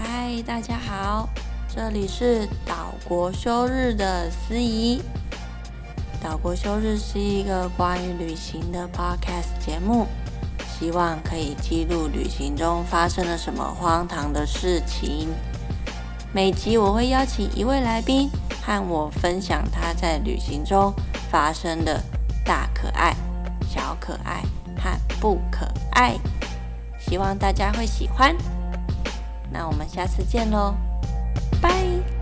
嗨，大家好，这里是岛国休日的司仪。岛国休日是一个关于旅行的 podcast 节目，希望可以记录旅行中发生了什么荒唐的事情。每集我会邀请一位来宾和我分享他在旅行中发生的大可爱、小可爱和不可爱，希望大家会喜欢。那我们下次见咯，拜。